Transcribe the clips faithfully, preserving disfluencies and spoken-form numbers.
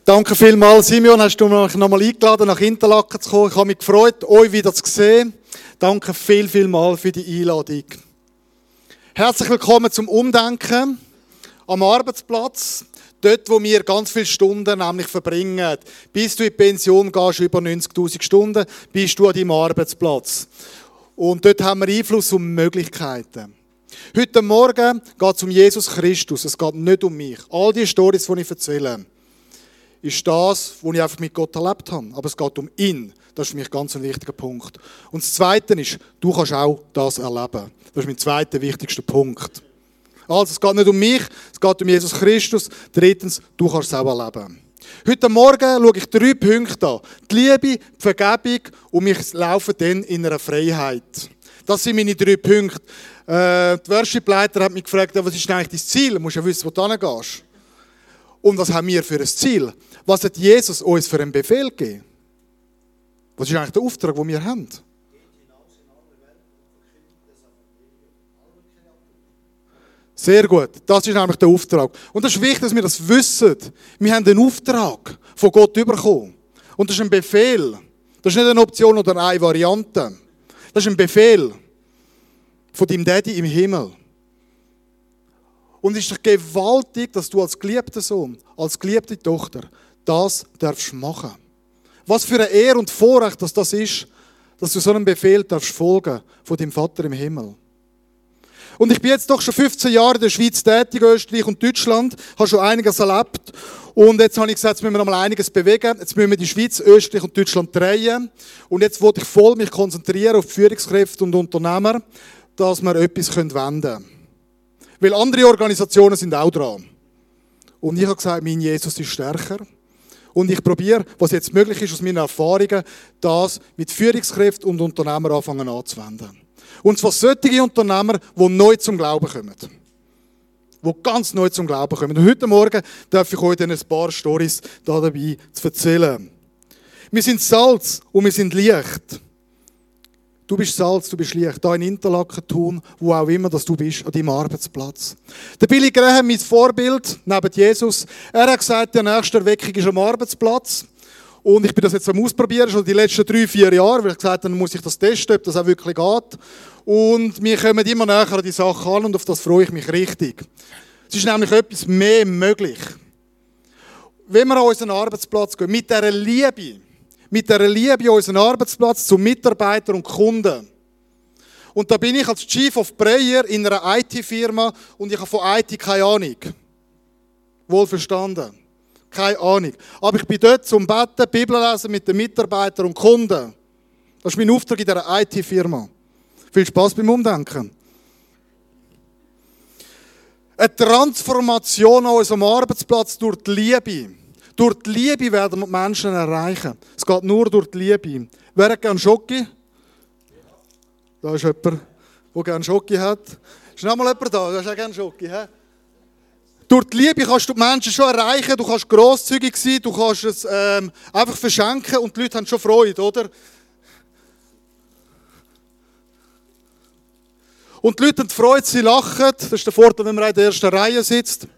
Danke vielmals, Simeon, hast du mich nochmal eingeladen, nach Interlaken zu kommen. Ich habe mich gefreut, euch wieder zu sehen. Danke viel, vielmals für die Einladung. Herzlich willkommen zum Umdenken am Arbeitsplatz. Dort, wo wir ganz viele Stunden nämlich verbringen. Bis du in die Pension gehst, über neunzigtausend Stunden, bist du an deinem Arbeitsplatz. Und dort haben wir Einfluss und Möglichkeiten. Heute Morgen geht es um Jesus Christus. Es geht nicht um mich. All die Storys, die ich erzähle, ist das, was ich einfach mit Gott erlebt habe. Aber es geht um ihn. Das ist für mich ganz ein wichtiger Punkt. Und das Zweite ist, du kannst auch das erleben. Das ist mein zweiter wichtigster Punkt. Also, es geht nicht um mich, es geht um Jesus Christus. Drittens, du kannst es auch erleben. Heute Morgen schaue ich drei Punkte an. Die Liebe, die Vergebung und wir laufen dann in einer Freiheit. Das sind meine drei Punkte. Äh, die Worship-Leiter hat mich gefragt, was ist eigentlich dein Ziel? Du musst ja wissen, wo du hingehst. Und was haben wir für ein Ziel? Was hat Jesus uns für einen Befehl gegeben? Was ist eigentlich der Auftrag, den wir haben? Sehr gut, das ist nämlich der Auftrag. Und es ist wichtig, dass wir das wissen. Wir haben den Auftrag von Gott bekommen. Und das ist ein Befehl. Das ist nicht eine Option oder eine Variante. Das ist ein Befehl von deinem Daddy im Himmel. Und es ist doch gewaltig, dass du als geliebter Sohn, als geliebte Tochter das darfst machen. Was für eine Ehre und Vorrecht dass das ist, dass du so einem Befehl darfst folgen von deinem Vater im Himmel. Und ich bin jetzt doch schon fünfzehn Jahre in der Schweiz tätig, Österreich und Deutschland, habe schon einiges erlebt. Und jetzt habe ich gesagt, jetzt müssen wir noch mal einiges bewegen. Jetzt müssen wir die Schweiz, Österreich und Deutschland drehen. Und jetzt wollte ich voll mich konzentrieren auf die Führungskräfte und Unternehmer, dass wir etwas wenden können. Weil andere Organisationen sind auch dran. Und ich habe gesagt, mein Jesus ist stärker. Und ich probiere, was jetzt möglich ist aus meinen Erfahrungen, das mit Führungskräften und Unternehmern anfangen anzuwenden. Und zwar solche Unternehmer, die neu zum Glauben kommen. Die ganz neu zum Glauben kommen. Und heute Morgen darf ich euch ein paar Storys da dabei zu erzählen. Wir sind Salz und wir sind Licht. Du bist Salz, du bist Licht. Da in Interlaken, Thun, wo auch immer dass du bist, an deinem Arbeitsplatz. Der Billy Graham, mein Vorbild, neben Jesus, er hat gesagt, die nächste Erweckung ist am Arbeitsplatz. Und ich bin das jetzt am Ausprobieren, schon die letzten drei, vier Jahre, weil ich gesagt habe, dann muss ich das testen, ob das auch wirklich geht. Und wir kommen immer näher an die Sache an und auf das freue ich mich richtig. Es ist nämlich etwas mehr möglich. Wenn wir an unseren Arbeitsplatz gehen, mit dieser Liebe, mit dieser Liebe an unseren Arbeitsplatz zu Mitarbeitern und Kunden. Und da bin ich als Chief of Prayer in einer I T-Firma und ich habe von I T keine Ahnung. Wohlverstanden. Keine Ahnung. Aber ich bin dort zum Beten, Bibel lesen mit den Mitarbeitern und Kunden. Das ist mein Auftrag in dieser I T-Firma. Viel Spaß beim Umdenken. Eine Transformation an unserem Arbeitsplatz durch die Liebe. Durch die Liebe werden wir Menschen erreichen. Es geht nur durch die Liebe. Wer hat gerne Schoki? Da ist jemand, der gerne Schoki hat. Ist noch mal jemand da? Du hast auch gerne Schoki, hä? Durch die Liebe kannst du die Menschen schon erreichen. Du kannst grosszügig sein, du kannst es ähm, einfach verschenken und die Leute haben schon Freude, oder? Und die Leute haben Freude, sie lachen. Das ist der Vorteil, wenn man in der ersten Reihe sitzt.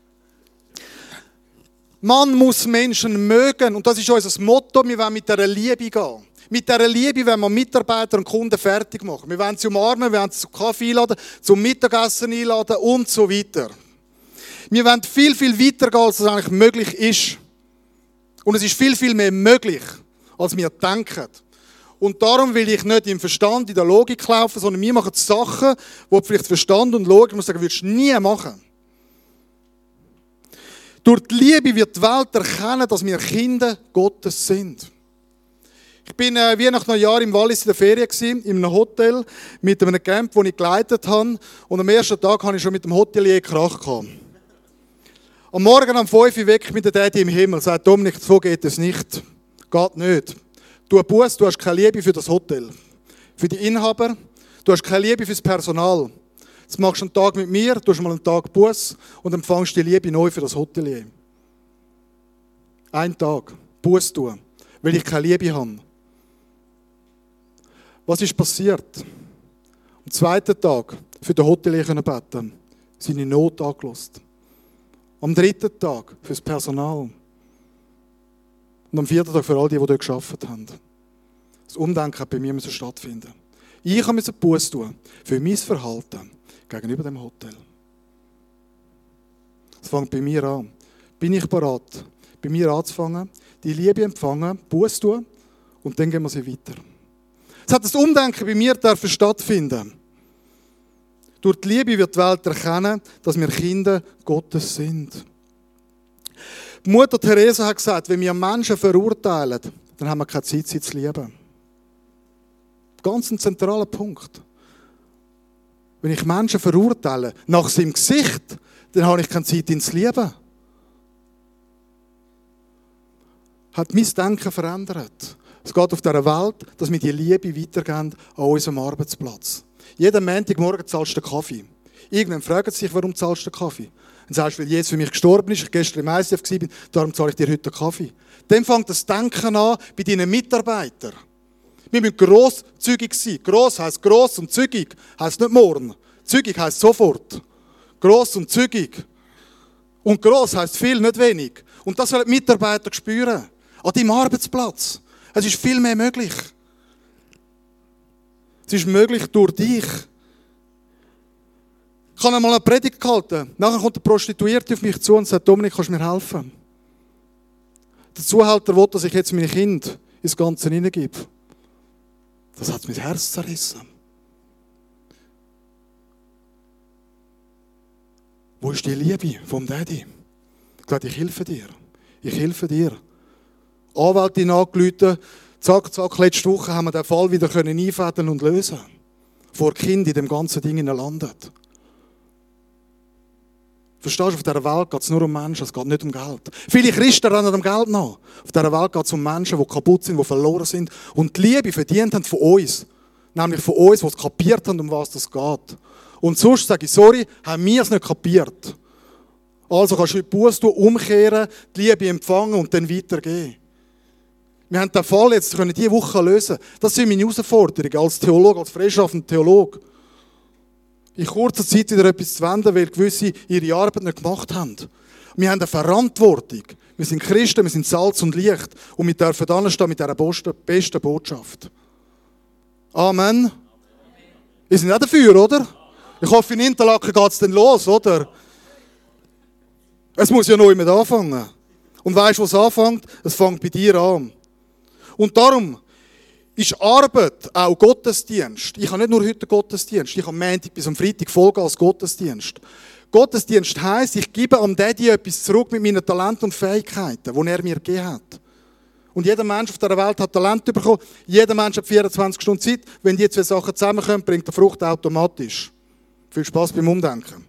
Man muss Menschen mögen. Und das ist unser Motto. Wir wollen mit dieser Liebe gehen. Mit dieser Liebe wollen wir Mitarbeiter und Kunden fertig machen. Wir wollen sie umarmen, wir wollen sie zum Kaffee einladen, zum Mittagessen einladen und so weiter. Wir wollen viel, viel weiter gehen, als es eigentlich möglich ist. Und es ist viel, viel mehr möglich, als wir denken. Und darum will ich nicht im Verstand, in der Logik laufen, sondern wir machen Sachen, die vielleicht Verstand und Logik, muss sagen, würdest du nie machen. Durch die Liebe wird die Welt erkennen, dass wir Kinder Gottes sind. Ich bin äh, wie nach einem Jahr im Wallis in der Ferien gewesen, in einem Hotel mit einem Camp, das ich geleitet habe. Und am ersten Tag hatte ich schon mit dem Hotelier Krach gehabt. Am Morgen um fünf Uhr weg mit der Daddy im Himmel. Sagt Dominik, so geht es nicht. Geht nicht. Du Bus, du hast keine Liebe für das Hotel. Für die Inhaber. Du hast keine Liebe für das Personal. Jetzt machst du einen Tag mit mir, du hast mal einen Tag Bus und empfängst die Liebe neu für das Hotelier. Ein Tag. Bus tun. Weil ich keine Liebe habe. Was ist passiert? Am zweiten Tag für den Hotelier beten. Seine Not angelost. Am dritten Tag für das Personal. Und am vierten Tag für all die, die dort gearbeitet haben. Das Umdenken hat bei mir stattfinden. Ich musste Buße tun für mein Verhalten gegenüber dem Hotel. Es fängt bei mir an. Bin ich bereit, bei mir anzufangen, die Liebe empfangen, Buße tun und dann gehen wir sie weiter. Es hat das Umdenken bei mir dürfen stattfinden. Durch die Liebe wird die Welt erkennen, dass wir Kinder Gottes sind. Die Mutter Teresa hat gesagt, wenn wir Menschen verurteilen, dann haben wir keine Zeit, sie zu lieben. Ganz ein zentraler Punkt. Wenn ich Menschen verurteile, nach seinem Gesicht, dann habe ich keine Zeit, ihn zu lieben. Hat mein Denken verändert. Es geht auf dieser Welt, dass wir die Liebe weitergeben an unserem Arbeitsplatz. Jeden Montagmorgen zahlst du den Kaffee. Irgendwann fragen sie sich, warum zahlst du den Kaffee? Dann sagst du, weil Jesus für mich gestorben ist, ich gestern im I C F war, darum zahle ich dir heute den Kaffee. Dann fängt das Denken an bei deinen Mitarbeitern. Wir müssen grosszügig sein. Gross heisst gross und zügig heisst nicht morgen. Zügig heisst sofort. Gross und zügig. Und gross heisst viel, nicht wenig. Und das sollen die Mitarbeiter spüren. An deinem Arbeitsplatz. Es ist viel mehr möglich. Es ist möglich durch dich. Ich habe einmal eine Predigt gehalten. Nachher kommt der Prostituierte auf mich zu und sagt, Dominik, kannst du mir helfen? Der Zuhälter will, dass ich jetzt meine Kinder ins Ganze hineingebe. Das hat mein Herz zerrissen. Wo ist die Liebe vom Daddy? Ich glaube, ich helfe dir. Ich helfe dir. Anwältin angerufen, zack, zack, letzte Woche haben wir den Fall wieder einfädeln und lösen. Vor Kind in dem ganzen Ding landet. Verstehst du, auf dieser Welt geht es nur um Menschen, es geht nicht um Geld. Viele Christen rennen am Geld nach. Auf dieser Welt geht es um Menschen, die kaputt sind, die verloren sind und die Liebe verdient haben von uns. Nämlich von uns, die es kapiert haben, um was das geht. Und sonst sage ich, sorry, haben wir es nicht kapiert. Also kannst du heute Buße tun, umkehren, die Liebe empfangen und dann weitergehen. Wir haben den Fall jetzt können diese Woche lösen. Das sind meine Herausforderungen als Theologe, als freischaffender Theologe. In kurzer Zeit wieder etwas zu wenden, weil gewisse ihre Arbeit nicht gemacht haben. Wir haben eine Verantwortung. Wir sind Christen, wir sind Salz und Licht. Und wir dürfen da stehen mit dieser besten Botschaft. Amen. Wir sind auch dafür, oder? Ich hoffe, in Interlaken geht es dann los, oder? Es muss ja noch jemand anfangen. Und weißt du, wo es anfängt? Es fängt bei dir an. Und darum ist Arbeit auch Gottesdienst. Ich habe nicht nur heute Gottesdienst, ich habe Montag bis am Freitag Vollgas Gottesdienst. Gottesdienst heisst, ich gebe am Daddy etwas zurück mit meinen Talenten und Fähigkeiten, die er mir gegeben hat. Und jeder Mensch auf dieser Welt hat Talent bekommen. Jeder Mensch hat vierundzwanzig Stunden Zeit. Wenn die zwei Sachen zusammenkommen, bringt der Frucht automatisch. Viel Spaß beim Umdenken.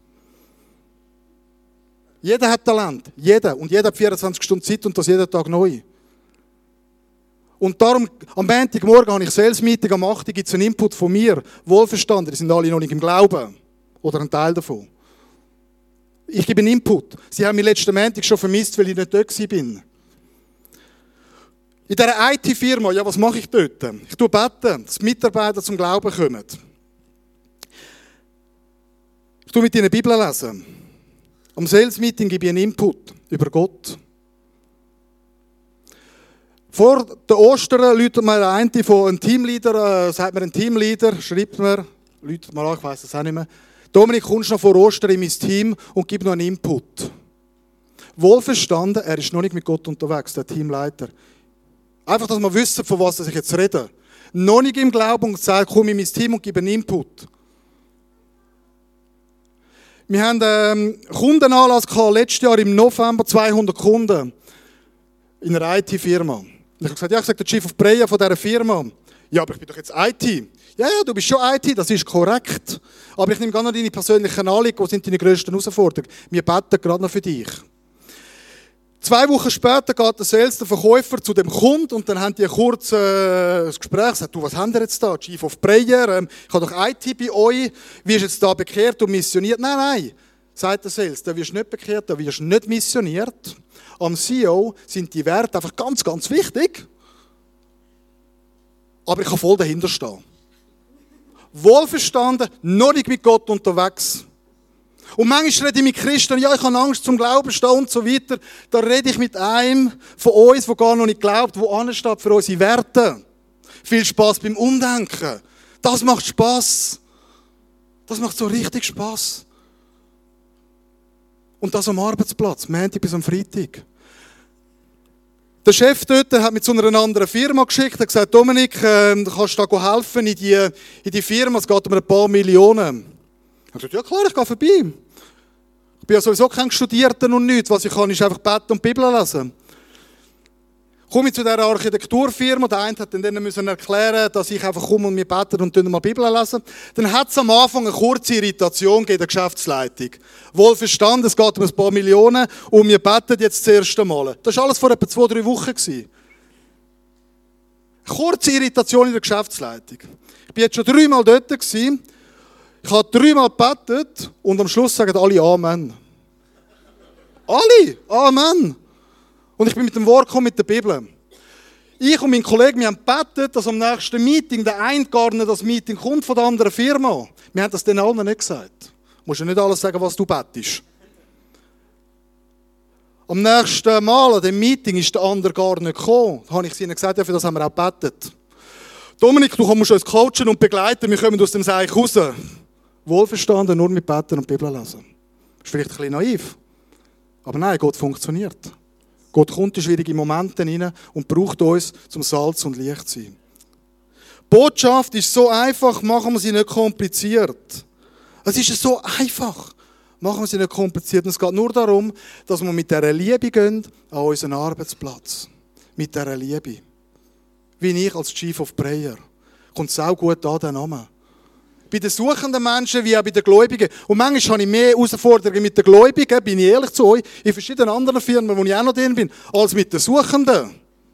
Jeder hat Talent. Jeder. Und jeder hat vierundzwanzig Stunden Zeit und das jeden Tag neu. Und darum, am Montagmorgen habe ich Sales-Meeting, am acht Uhr gibt es einen Input von mir. Wohlverstanden, die sind alle noch nicht im Glauben. Oder ein Teil davon. Ich gebe einen Input. Sie haben mich letzten Montag schon vermisst, weil ich nicht dort war. In dieser I T-Firma, ja, was mache ich dort? Ich tue beten, dass die Mitarbeiter zum Glauben kommen. Ich tue mit ihnen die Bibel lesen. Am Sales-Meeting gebe ich einen Input über Gott. Vor den Ostern läutet mir ein von einem Teamleader, äh, sagt mir ein Teamleader, schreibt mir, läutet mal an, ich weiss es auch nicht mehr. Dominik, kommst du noch vor Ostern in mein Team und gib noch einen Input. Wohlverstanden, er ist noch nicht mit Gott unterwegs, der Teamleiter. Einfach, dass wir wissen, von was ich jetzt rede. Noch nicht im Glauben und sagt, komm in mein Team und gib einen Input. Wir haben einen Kundenanlass gehabt, letztes Jahr im November, zweihundert Kunden in einer I T-Firma. Ich habe gesagt, ja, ich sage der Chief of Prayer von dieser Firma. Ja, aber ich bin doch jetzt I T. Ja, ja, du bist schon I T, das ist korrekt. Aber ich nehme gar noch deine persönlichen Anliegen, was sind deine grössten Herausforderungen. Wir beten gerade noch für dich. Zwei Wochen später geht der Sales, der Verkäufer, zu dem Kunden und dann haben die kurz äh, das Gespräch gesagt, du, was haben wir jetzt da? Chief of Prayer, ähm, ich habe doch I T bei euch, wie ist jetzt da bekehrt und missioniert? Nein, nein, sagt der Sales, da wirst du nicht bekehrt, da wirst du nicht missioniert. Am C E O sind die Werte einfach ganz, ganz wichtig. Aber ich kann voll dahinter stehen. Wohlverstanden, noch nicht mit Gott unterwegs. Und manchmal rede ich mit Christen, ja, ich habe Angst zum Glauben stehen und so weiter. Da rede ich mit einem von uns, der gar noch nicht glaubt, der ansteht für unsere Werte. Viel Spass beim Umdenken. Das macht Spass. Das macht so richtig Spass. Und das am Arbeitsplatz, Montag bis am Freitag. Der Chef dort hat mich zu einer anderen Firma geschickt, hat gesagt, Dominik, äh, kannst du da helfen in die, in die Firma, es geht um ein paar Millionen. Ich habe gesagt, ja klar, ich gehe vorbei. Ich bin ja sowieso kein Studierter und nichts, was ich kann, ist einfach beten und die Bibel lesen. Komme ich zu dieser Architekturfirma, der eine hat dann müssen erklären, dass ich einfach komme und wir beten und mal die Bibel lesen. Dann hat es am Anfang eine kurze Irritation gegen die Geschäftsleitung. Wohl verstanden, es geht um ein paar Millionen und wir beten jetzt das erste Mal. Das war alles vor etwa zwei, drei Wochen. Eine kurze Irritation in der Geschäftsleitung. Ich war jetzt schon dreimal dort. Ich habe dreimal gebetet und am Schluss sagen alle Amen. Alle! Amen! Und ich bin mit dem Wort gekommen, mit der Bibel. Ich und mein Kollege, wir haben gebetet, dass am nächsten Meeting der eine gar nicht das Meeting kommt von der anderen Firma. Wir haben das denen allen nicht gesagt. Du musst ja nicht alles sagen, was du betest. Am nächsten Mal an dem Meeting ist der andere gar nicht gekommen. Da habe ich ihnen gesagt, ja, für das haben wir auch gebetet. Dominik, du musst uns coachen und begleiten, wir kommen aus dem Seich raus. Wohlverstanden, nur mit Beten und Bibel lesen. Das ist vielleicht ein bisschen naiv. Aber nein, Gott funktioniert. Gott kommt in schwierige Momente hinein und braucht uns, zum Salz und Licht zu sein. Die Botschaft ist so einfach, machen wir sie nicht kompliziert. Es ist so einfach, machen wir sie nicht kompliziert. Und es geht nur darum, dass wir mit dieser Liebe gehen an unseren Arbeitsplatz. Mit dieser Liebe. Wie ich als Chief of Prayer. Kommt es auch gut an, der Name. Bei den suchenden Menschen wie auch bei den Gläubigen. Und manchmal habe ich mehr Herausforderungen mit den Gläubigen, bin ich ehrlich zu euch, in verschiedenen anderen Firmen, wo ich auch noch drin bin, als mit den Suchenden.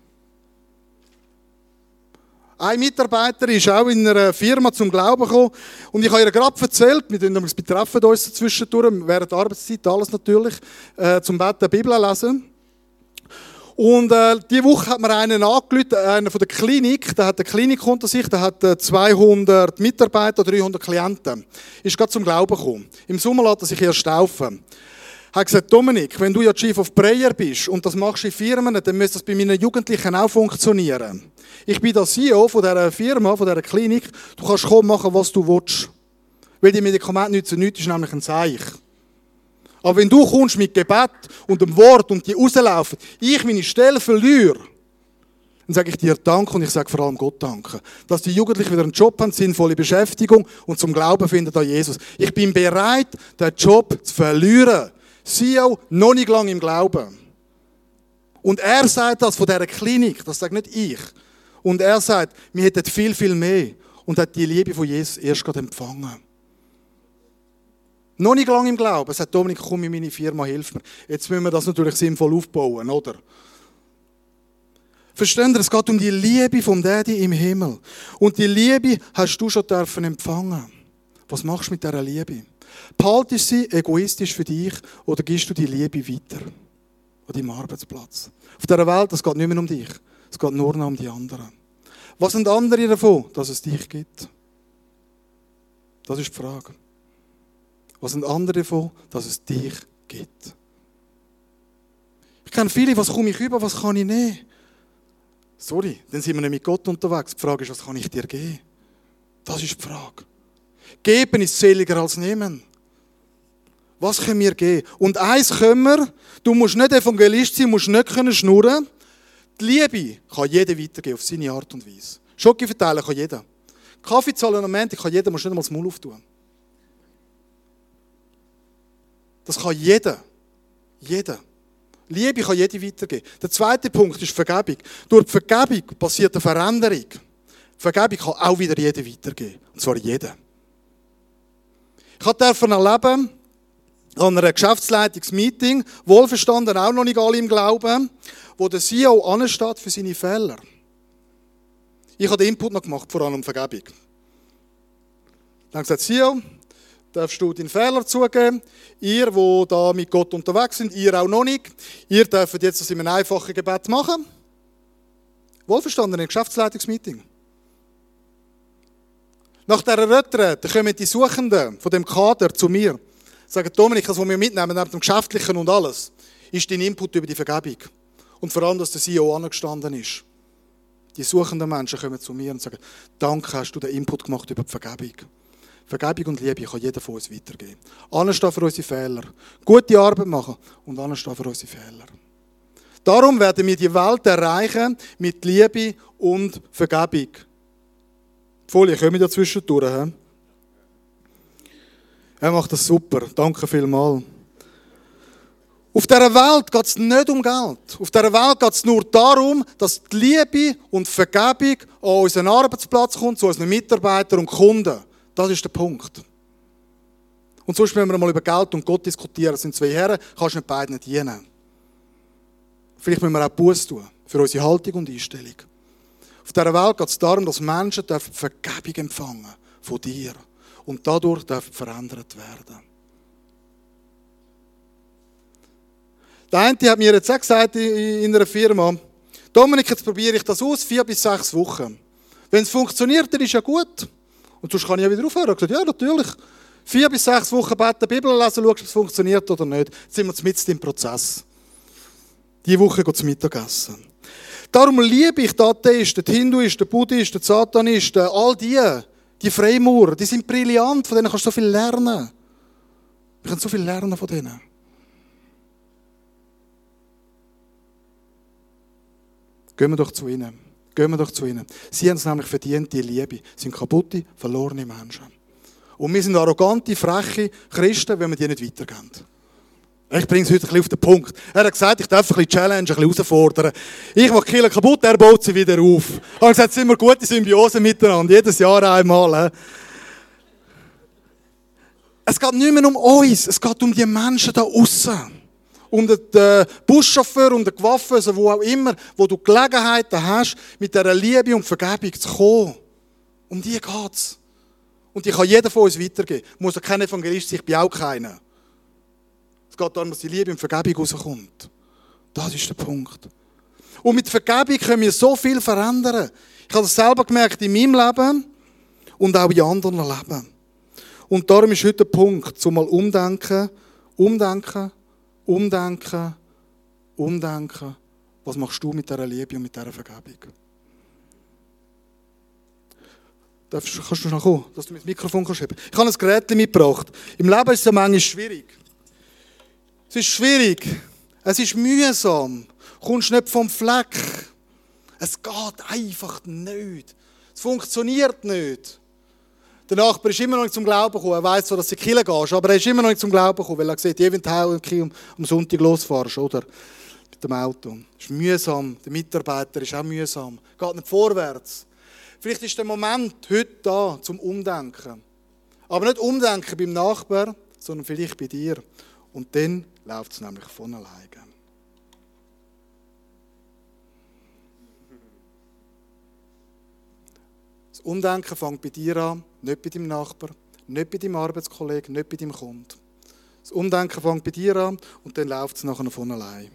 Ein Mitarbeiter ist auch in einer Firma zum Glauben gekommen und ich habe ihr gerade erzählt, wir betreffen uns zwischendurch, während der Arbeitszeit, alles natürlich, äh, zum Beten Bibel lesen. Und äh, diese Woche hat mir einen angerufen, einer von der Klinik, der hat eine Klinik unter sich, der hat äh, zweihundert Mitarbeiter, dreihundert Klienten. Ist gerade zum Glauben gekommen. Im Sommer lässt er sich erst taufen. Er hat gesagt, Dominik, wenn du ja Chief of Prayer bist und das machst in Firmen, dann müsste das bei meinen Jugendlichen auch funktionieren. Ich bin der C E O von dieser Firma, von dieser Klinik. Du kannst kommen machen, was du willst. Weil die Medikamente nützen nichts, ist nämlich ein Zeichen. Aber wenn du kommst mit Gebet und dem Wort und die rauslaufen, ich meine Stelle verliere, dann sage ich dir Danke und ich sage vor allem Gott Danke. Dass die Jugendlichen wieder einen Job haben, sinnvolle Beschäftigung und zum Glauben finden an Jesus. Ich bin bereit, den Job zu verlieren. C E O, noch nicht lange im Glauben. Und er sagt das von dieser Klinik, das sage nicht ich. Und er sagt, wir hätten viel, viel mehr und hat die Liebe von Jesus erst gerade empfangen. Noch nicht lange im Glauben. Er sagt, Dominik, komm in meine Firma, hilf mir. Jetzt müssen wir das natürlich sinnvoll aufbauen, oder? Versteht ihr, es geht um die Liebe vom Daddy im Himmel. Und die Liebe hast du schon dürfen empfangen. Was machst du mit dieser Liebe? Behaltest du sie egoistisch für dich oder gibst du die Liebe weiter? An deinem Arbeitsplatz. Auf dieser Welt, es geht nicht mehr um dich. Es geht nur noch um die anderen. Was sind andere davon, dass es dich gibt? Das ist die Frage. Was sind andere davon, dass es dich gibt? Ich kenne viele, was komme ich über, was kann ich nehmen? Sorry, dann sind wir nicht mit Gott unterwegs. Die Frage ist, was kann ich dir geben? Das ist die Frage. Geben ist seliger als nehmen. Was können wir geben? Und eins können wir, du musst nicht Evangelist sein, musst nicht können schnurren. Die Liebe kann jeder weitergeben, auf seine Art und Weise. Schoki verteilen kann jeder. Kaffee zahlen am Montag kann jeder, musst nicht einmal das Maul auftun. Das kann jeder. Jeder. Liebe kann jeder weitergeben. Der zweite Punkt ist Vergebung. Durch die Vergebung passiert eine Veränderung. Vergebung kann auch wieder jeder weitergeben. Und zwar jeder. Ich durfte erleben, an einem Geschäftsleitungsmeeting, wohlverstanden auch noch nicht alle im Glauben, wo der C E O ansteht für seine Fehler. Ich habe den Input noch gemacht, vor allem um Vergebung. Dann habe ich gesagt, C E O, darfst du deinen Fehler zugeben? Ihr, die da mit Gott unterwegs sind, ihr auch noch nicht, ihr dürft jetzt das in einem einfachen Gebet machen. Wohlverstanden, ein Geschäftsleitungsmeeting. Nach dieser Retrette kommen die Suchenden von dem Kader zu mir. sagen, Dominik, das, was wir mitnehmen, neben dem Geschäftlichen und alles, ist dein Input über die Vergebung. Und vor allem, dass der C E O angestanden ist. Die suchenden Menschen kommen zu mir und sagen, danke, hast du den Input gemacht über die Vergebung. Vergebung und Liebe kann jeder von uns weitergeben. Anstehen für unsere Fehler. Gute Arbeit machen und anstehen für unsere Fehler. Darum werden wir die Welt erreichen mit Liebe und Vergebung. Die Folie kommen ja zwischendurch. He? Er macht das super. Danke vielmals. Auf dieser Welt geht es nicht um Geld. Auf dieser Welt geht es nur darum, dass die Liebe und die Vergebung an unseren Arbeitsplatz kommt, zu unseren Mitarbeitern und Kunden. Das ist der Punkt. Und sonst müssen wir mal über Geld und Gott diskutieren. Das sind zwei Herren, kannst nicht beiden dienen. Vielleicht müssen wir auch Buße tun für unsere Haltung und Einstellung. Auf dieser Welt geht es darum, dass Menschen Vergebung empfangen von dir und dadurch dürfen verändert werden. Der eine hat mir jetzt auch gesagt in einer Firma, Dominik, jetzt probiere ich das aus, vier bis sechs Wochen. Wenn es funktioniert, dann ist ja gut. Und sonst kann ich ja wieder aufhören. Ich habe gesagt, ja, natürlich. Vier bis sechs Wochen beten, Bibel lesen, schauen, ob es funktioniert oder nicht. Jetzt sind wir mitten im Prozess. Diese Woche geht es Mittagessen. Darum liebe ich die Atheisten, die Hinduisten, die Buddhisten, die Satanisten, all die, die Freimaurer, die sind brillant, von denen kannst du so viel lernen. Wir können so viel lernen von denen. Gehen wir doch zu ihnen. Gehen wir doch zu ihnen. Sie haben es nämlich verdient, die Liebe. Sie sind kaputte, verlorene Menschen. Und wir sind arrogante, freche Christen, wenn wir die nicht weitergeben. Ich bringe es heute ein bisschen auf den Punkt. Er hat gesagt, ich darf ein bisschen Challenge, ein bisschen herausfordern. Ich mache die Kirche kaputt, er baut sie wieder auf. Er hat gesagt, es sind wir gute Symbiose miteinander, jedes Jahr einmal. Es geht nicht mehr um uns, es geht um die Menschen da aussen. Um den Buschauffeur, um den Gewaffenlosen, wo auch immer, wo du Gelegenheiten hast, mit dieser Liebe und Vergebung zu kommen. Um die geht es. Und die kann jeder von uns weitergeben. Muss ja kein Evangelist sein, ich bin auch keiner. Es geht darum, dass die Liebe und Vergebung rauskommt. Das ist der Punkt. Und mit Vergebung können wir so viel verändern. Ich habe das selber gemerkt in meinem Leben und auch in anderen Leben. Und darum ist heute der Punkt, zum mal umdenken, umdenken, Umdenken, umdenken. Was machst du mit dieser Liebe und mit dieser Vergebung? Darfst, kannst du noch kommen, dass du mit dem Mikrofon kannst haben? Ich habe ein Gerät mitgebracht. Im Leben ist es ja manchmal schwierig. Es ist schwierig. Es ist mühsam. Du kommst nicht vom Fleck. Es geht einfach nicht. Es funktioniert nicht. Der Nachbar ist immer noch nicht zum Glauben gekommen. Er weiss zwar, dass du in die Kirche gehst, aber er ist immer noch nicht zum Glauben gekommen, weil er sieht, jeden Tag am, am Sonntag losfahrst, oder? Mit dem Auto. Es ist mühsam. Der Mitarbeiter ist auch mühsam. Geht nicht vorwärts. Vielleicht ist der Moment heute da, zum Umdenken. Aber nicht umdenken beim Nachbar, sondern vielleicht bei dir. Und dann läuft es nämlich von alleine. Das Umdenken fängt bei dir an, nicht bei deinem Nachbar, nicht bei deinem Arbeitskollegen, nicht bei deinem Kunden. Das Umdenken fängt bei dir an und dann läuft es nachher von allein.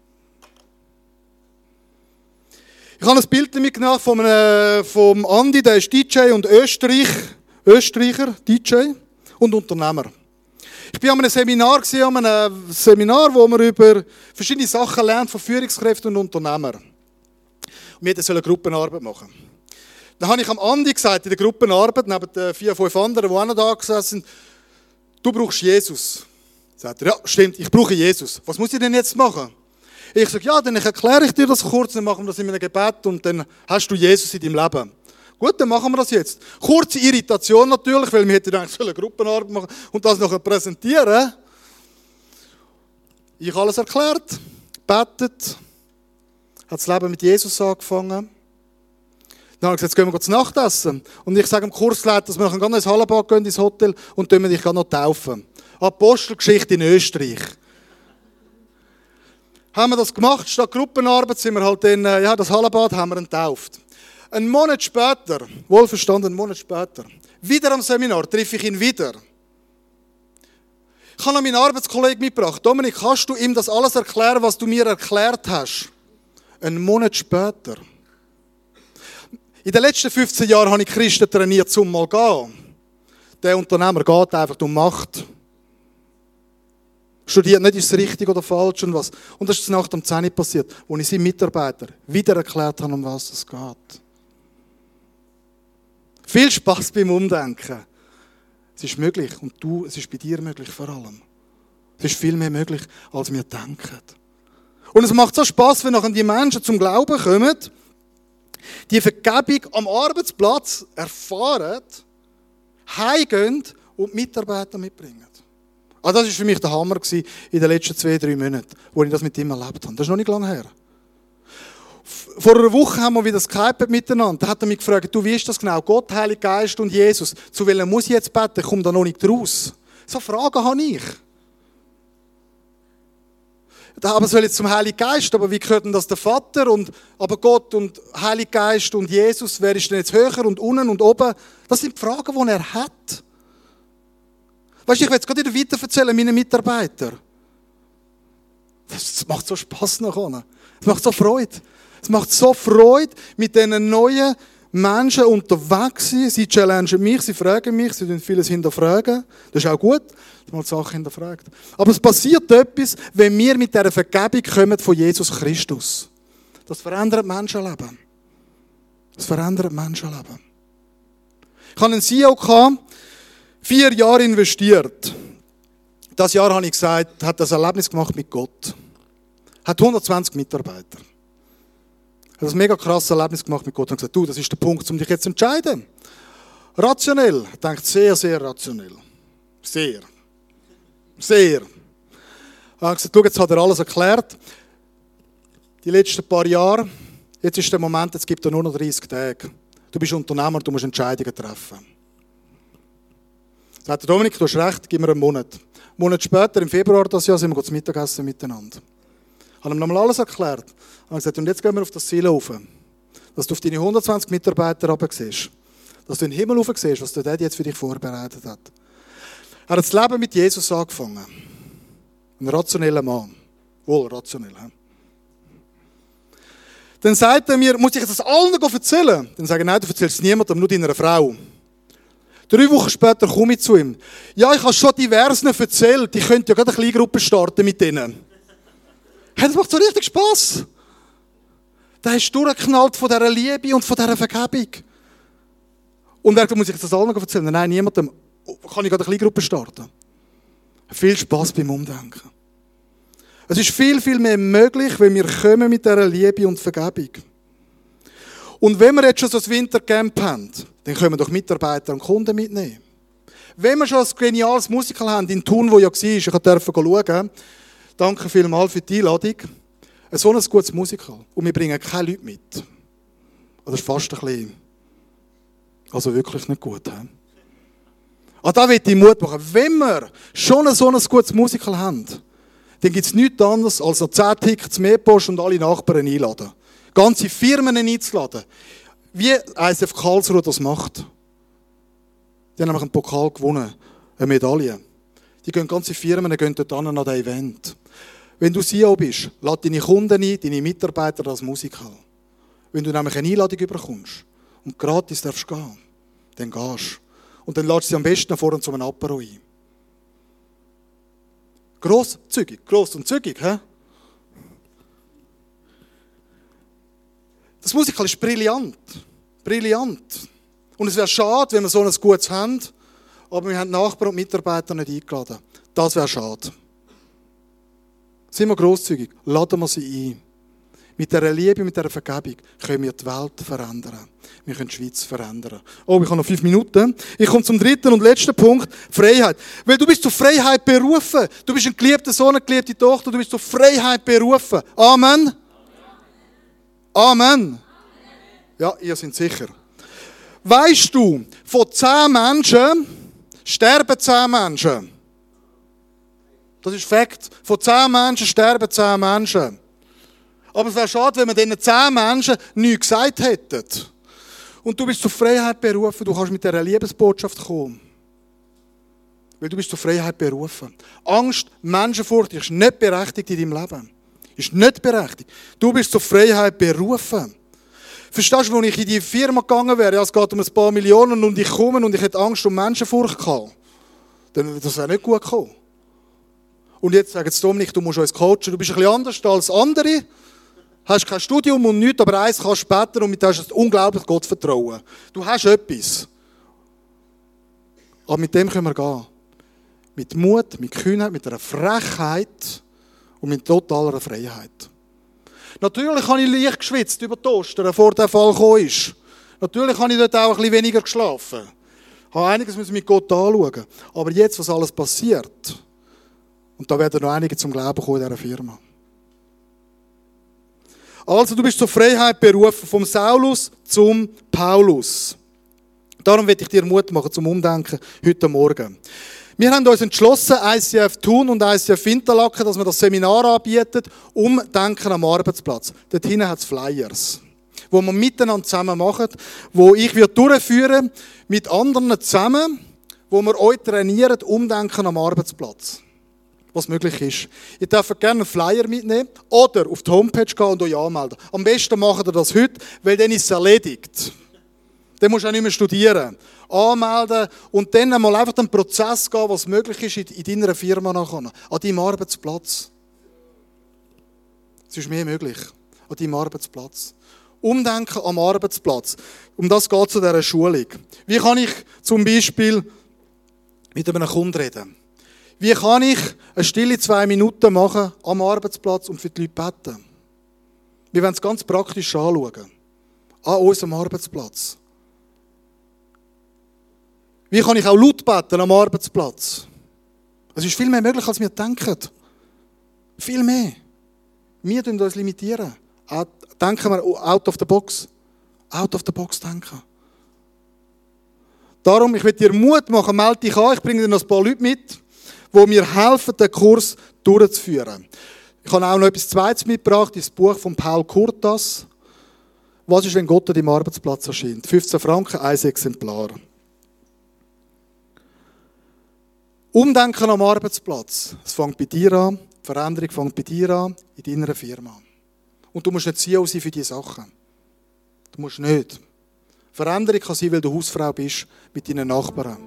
Ich habe ein Bild mitgenommen von einem, vom Andi, der ist D J und Österreich, Österreicher, D J und Unternehmer. Ich war an einem Seminar, an einem Seminar, wo man über verschiedene Sachen lernt von Führungskräften und Unternehmern. Und wir sollten Gruppenarbeit machen. Dann habe ich am Andi gesagt, in der Gruppenarbeit, neben den vier, fünf anderen, die auch noch da gesessen sind, du brauchst Jesus. Sagt er, ja, stimmt, ich brauche Jesus. Was muss ich denn jetzt machen? Ich sage, ja, dann erkläre ich dir das kurz, dann machen wir das in einem Gebet und dann hast du Jesus in deinem Leben. Gut, dann machen wir das jetzt. Kurze Irritation natürlich, weil wir hätten eigentlich eine Gruppenarbeit machen und das noch präsentieren. Ich habe alles erklärt, betet, hat das Leben mit Jesus angefangen. Dann habe ich gesagt, jetzt gehen wir zu Nacht essen. Und ich sage dem Kursleiter, dass wir nachher ins Hallenbad gehen, ins Hotel, und dann dich noch taufen. Apostelgeschichte in Österreich. Haben wir das gemacht, statt Gruppenarbeit sind wir halt in, ja, das Hallenbad haben wir ihn getauft. Einen Monat später, wohlverstanden, einen Monat später, wieder am Seminar, treffe ich ihn wieder. Ich habe noch meinen Arbeitskollegen mitgebracht. Dominik, kannst du ihm das alles erklären, was du mir erklärt hast? Einen Monat später. In den letzten fünfzehn Jahren habe ich Christen trainiert, zum mal gehen. Der Unternehmer geht einfach um Macht. Studiert nicht, ist es richtig oder falsch und was. Und das ist nach dem zehn passiert, wo ich seinen Mitarbeiter wieder erklärt habe, um was es geht. Viel Spaß beim Umdenken. Es ist möglich und du, es ist bei dir möglich vor allem. Es ist viel mehr möglich, als wir denken. Und es macht so Spaß, wenn nachher die Menschen zum Glauben kommen, die Vergebung am Arbeitsplatz erfahren, heimgehen und Mitarbeiter mitbringen. Also das war für mich der Hammer in den letzten zwei, drei Monaten, wo ich das mit ihm erlebt habe. Das ist noch nicht lange her. Vor einer Woche haben wir wieder geskypt miteinander. Da hat er mich gefragt, du, wie ist das genau? Gott, Heiliger Geist und Jesus. Zu welchem muss ich jetzt beten? Ich komme da noch nicht raus. So Fragen habe ich. Aber soll jetzt zum Heiligen Geist, aber wie gehört denn das der Vater? Und, aber Gott und Heiliger Geist und Jesus, wer ist denn jetzt höher und unten und oben? Das sind die Fragen, die er hat. Weißt du, ich will jetzt gerade wieder weiter erzählen, meinen Mitarbeitern. Das macht so Spass nachher. Es macht so Freude. Es macht so Freude, mit diesen neuen Menschen unterwegs zu sein. Sie challengen mich, sie fragen mich, sie tun vieles hinterfragen. Das ist auch gut, dass man die Sachen hinterfragt. Aber es passiert etwas, wenn wir mit dieser Vergebung kommen von Jesus Christus. Das verändert Menschenleben. Das verändert Menschenleben. Ich hatte einen C E O, vier Jahre investiert. Das Jahr, habe ich gesagt, hat das Erlebnis gemacht mit Gott. Hat hundertzwanzig Mitarbeiter. Hat ein mega krasses Erlebnis gemacht mit Gott und gesagt, du, das ist der Punkt, um dich jetzt zu entscheiden. Rationell. Er denkt sehr, sehr rationell. Sehr. Sehr. Er hat gesagt, schau, jetzt hat er alles erklärt. Die letzten paar Jahre, jetzt ist der Moment, jetzt gibt er nur noch dreißig Tage. Du bist Unternehmer, du musst Entscheidungen treffen. Da hat der Dominik, du hast recht, gib mir einen Monat. Einen Monat später, im Februar dieses Jahr, sind wir zum Mittagessen miteinander. Ich habe ihm nochmal alles erklärt. Ich habe gesagt, und jetzt gehen wir auf das Ziel rauf. Dass du auf deine hundertzwanzig Mitarbeiter runter siehst. Dass du in den Himmel rauf siehst, was der Dad jetzt für dich vorbereitet hat. Er hat das Leben mit Jesus angefangen. Ein rationeller Mann. Wohl rationell. He? Dann sagt er mir, muss ich das allen erzählen? Dann sage ich, nein, du erzählst es niemandem, nur deiner Frau. Drei Wochen später komme ich zu ihm. Ja, ich habe schon diversen erzählt. Ich könnte ja gerade eine kleine Gruppe starten mit denen. Hey, das macht so richtig Spass. Der ist durchgeknallt von dieser Liebe und von dieser Vergebung. Und er muss ich das allen erzählen? Nein, niemandem. Kann ich gerade eine kleine Gruppe starten? Viel Spass beim Umdenken. Es ist viel, viel mehr möglich, wenn wir kommen mit dieser Liebe und Vergebung. Und wenn wir jetzt schon so ein Wintercamp haben, dann können wir doch Mitarbeiter und Kunden mitnehmen. Wenn wir schon ein geniales Musical haben, in Thun, wo ja war, ich durfte schauen, danke vielmals für die Einladung, so ein gutes Musical. Und wir bringen keine Leute mit. Das ist fast ein bisschen, also wirklich nicht gut. He? Ah, da will ich Mut machen. Wenn wir schon so ein gutes Musical haben, dann gibt es nichts anderes, als noch zehn Tickets mehr Post und alle Nachbarn einladen. Ganze Firmen einzuladen. Wie I S F Karlsruhe das macht. Die haben nämlich einen Pokal gewonnen, eine Medaille. Die gehen ganze Firmen gehen dort an an das Event. Wenn du C E O bist, lad deine Kunden ein, deine Mitarbeiter als Musical. Wenn du nämlich eine Einladung bekommst und gratis darfst gehen, dann gehst du. Und dann ladest du sie am besten vorne zu einem Apero ein. Grosszügig, gross und zügig, hä? Das Musical ist brillant. Brillant. Und es wäre schade, wenn wir so ein Gutes haben, aber wir haben Nachbarn und Mitarbeiter nicht eingeladen. Das wäre schade. Sind wir grosszügig, laden wir sie ein. Mit dieser Liebe, mit dieser Vergebung können wir die Welt verändern. Wir können die Schweiz verändern. Oh, ich habe noch fünf Minuten. Ich komme zum dritten und letzten Punkt, Freiheit. Weil du bist zur Freiheit berufen. Du bist ein geliebter Sohn, eine geliebte Tochter, du bist zur Freiheit berufen. Amen. Amen. Ja, ihr seid sicher. Weißt du, von zehn Menschen sterben zehn Menschen. Das ist Fakt. Von zehn Menschen sterben zehn Menschen. Aber es wäre schade, wenn wir diesen zehn Menschen nichts gesagt hätten. Und du bist zur Freiheit berufen, du kannst mit dieser Liebesbotschaft kommen. Weil du bist zur Freiheit berufen. Angst, Menschenfurcht ist nicht berechtigt in deinem Leben. Ist nicht berechtigt. Du bist zur Freiheit berufen. Verstehst du, als ich in die Firma gegangen wäre, ja, es geht um ein paar Millionen und ich komme und ich hätte Angst um Menschenfurcht gehabt, dann das wäre nicht gut gekommen. Und jetzt sagen sie, Dominik, du musst uns coachen, du bist ein bisschen anders als andere, hast kein Studium und nichts, aber eins kannst du beten und mit dem hast du ein unglaubliches Gottvertrauen. Du hast etwas. Aber mit dem können wir gehen. Mit Mut, mit Kühnheit, mit einer Frechheit und mit totaler Freiheit. Natürlich habe ich leicht geschwitzt über die Ostern, bevor der Fall gekommen ist. Natürlich habe ich dort auch ein bisschen weniger geschlafen. Ich habe einiges mit Gott anschauen. Aber jetzt, was alles passiert, und da werden noch einige zum Glauben kommen in dieser Firma. Also, du bist zur Freiheit berufen, vom Saulus zum Paulus. Darum will ich dir Mut machen zum Umdenken heute Morgen. Wir haben uns entschlossen, I C F Thun und I C F Interlaken, dass wir das Seminar anbieten, Umdenken am Arbeitsplatz. Dort hinten hat es Flyers, wo wir miteinander zusammen machen, wo ich durchführen mit anderen zusammen, wo wir euch trainieren, Umdenken am Arbeitsplatz. Was möglich ist. Ihr dürft gerne einen Flyer mitnehmen oder auf die Homepage gehen und euch anmelden. Am besten macht ihr das heute, weil dann ist es erledigt. Dann musst du auch nicht mehr studieren. Anmelden und dann einmal einfach den Prozess gehen, was möglich ist in deiner Firma nachher, an deinem Arbeitsplatz. Es ist mehr möglich, an deinem Arbeitsplatz. Umdenken am Arbeitsplatz. Um das geht es in dieser Schulung. Wie kann ich zum Beispiel mit einem Kunden reden? Wie kann ich eine stille zwei Minuten machen am Arbeitsplatz und für die Leute beten? Wir wollen es ganz praktisch anschauen. An unserem Arbeitsplatz. Wie kann ich auch laut beten am Arbeitsplatz? Es ist viel mehr möglich, als wir denken. Viel mehr. Wir limitieren uns limitieren. Denken wir out of the box. Out of the box denken. Darum, ich will dir Mut machen, melde dich an. Ich bringe dir noch ein paar Leute mit, die mir helfen, den Kurs durchzuführen. Ich habe auch noch etwas Zweites mitgebracht, das Buch von Paul Kurtas. Was ist, wenn Gott an deinem Arbeitsplatz erscheint? fünfzehn Franken, ein Exemplar. Umdenken am Arbeitsplatz. Es fängt bei dir an. Die Veränderung fängt bei dir an, in deiner Firma. Und du musst nicht C E O sein für diese Sachen. Du musst nicht. Veränderung kann sein, weil du Hausfrau bist mit deinen Nachbarn.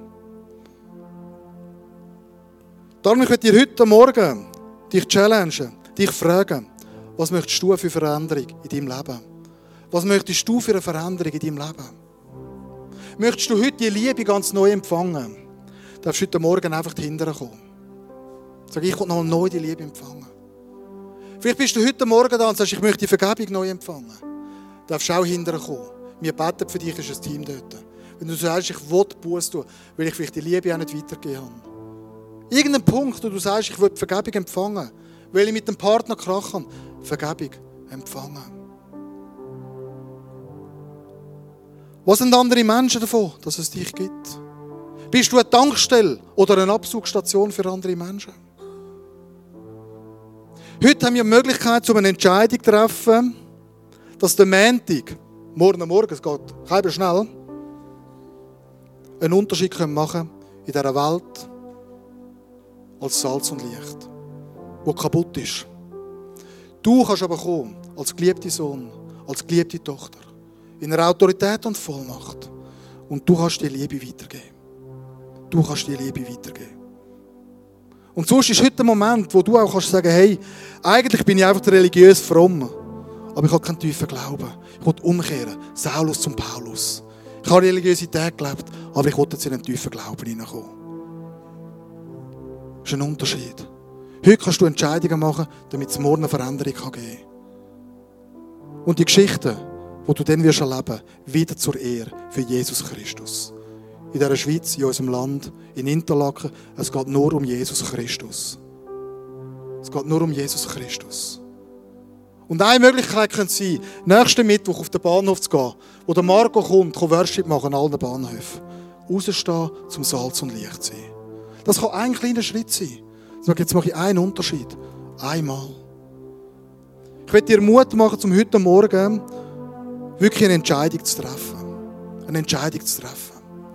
Darum möchte ich dir heute Morgen dich challengen, dich fragen, was möchtest du für Veränderung in deinem Leben? Was möchtest du für eine Veränderung in deinem Leben? Möchtest du heute die Liebe ganz neu empfangen? Du darfst heute Morgen einfach dahinter kommen. Sag, ich will noch neu die Liebe empfangen. Vielleicht bist du heute Morgen da und sagst, ich möchte die Vergebung neu empfangen. Du darfst auch hinterher kommen. Wir beten für dich, ist ein Team dort. Wenn du sagst, ich will Buße tun, weil ich vielleicht die Liebe auch nicht weitergeben habe. Irgendein Punkt, wo du sagst, ich will die Vergebung empfangen, weil ich mit dem Partner krachen kann. Vergebung empfangen. Was sind andere Menschen davon, dass es dich gibt? Bist du eine Tankstelle oder eine Abzugstation für andere Menschen? Heute haben wir die Möglichkeit, eine Entscheidung zu treffen, dass der Montag, morgen Morgen, es geht kein schnell, einen Unterschied machen können in dieser Welt als Salz und Licht, wo kaputt ist. Du kannst aber kommen, als geliebter Sohn, als geliebte Tochter, in einer Autorität und Vollmacht. Und du kannst die Liebe weitergeben. Du kannst die Liebe weitergeben. Und sonst ist heute der Moment, wo du auch kannst sagen, hey, eigentlich bin ich einfach religiös fromm, aber ich habe keinen tiefen Glauben. Ich will umkehren, Saulus zum Paulus. Ich habe Religiosität gelebt, aber ich will jetzt in einen tiefen Glauben hineinkommen. Das ist ein Unterschied. Heute kannst du Entscheidungen machen, damit es morgen eine Veränderung geben kann. Und die Geschichten, die du dann wirst erleben, wieder zur Ehre für Jesus Christus. In dieser Schweiz, in unserem Land, in Interlaken, es geht nur um Jesus Christus. Es geht nur um Jesus Christus. Und eine Möglichkeit könnte sein, nächsten Mittwoch auf den Bahnhof zu gehen, wo der Marco kommt, kann Worship machen an allen Bahnhöfen. Rausstehen, zum Salz und Licht zu sein. Das kann ein kleiner Schritt sein. Sag, jetzt mache ich einen Unterschied. Einmal. Ich will dir Mut machen, um heute Morgen wirklich eine Entscheidung zu treffen. Eine Entscheidung zu treffen.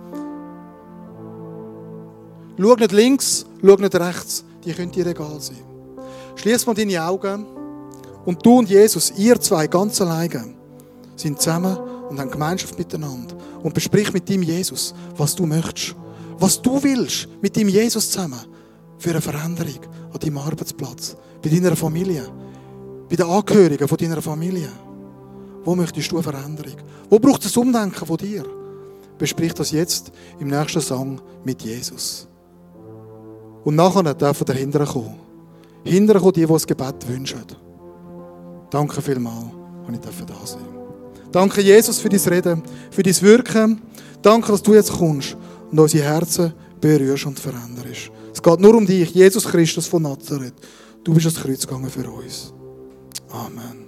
Schau nicht links, schau nicht rechts. Die können dir egal sein. Schließ mal deine Augen. Und du und Jesus, ihr zwei ganz alleine, sind zusammen und haben Gemeinschaft miteinander. Und besprich mit dem Jesus, was du möchtest. Was du willst mit dem Jesus zusammen für eine Veränderung an deinem Arbeitsplatz, bei deiner Familie, bei den Angehörigen von deiner Familie. Wo möchtest du eine Veränderung? Wo braucht es ein Umdenken von dir? Besprich das jetzt im nächsten Song mit Jesus. Und nachher dürfen wir dahinter kommen. Hinterher kommen die, die das Gebet wünschen. Danke vielmals, dass ich da sein darf. Danke, Jesus, für dein Reden, für dein Wirken. Danke, dass du jetzt kommst und unsere Herzen berührst und veränderst. Es geht nur um dich, Jesus Christus von Nazareth. Du bist ans Kreuz gegangen für uns. Amen.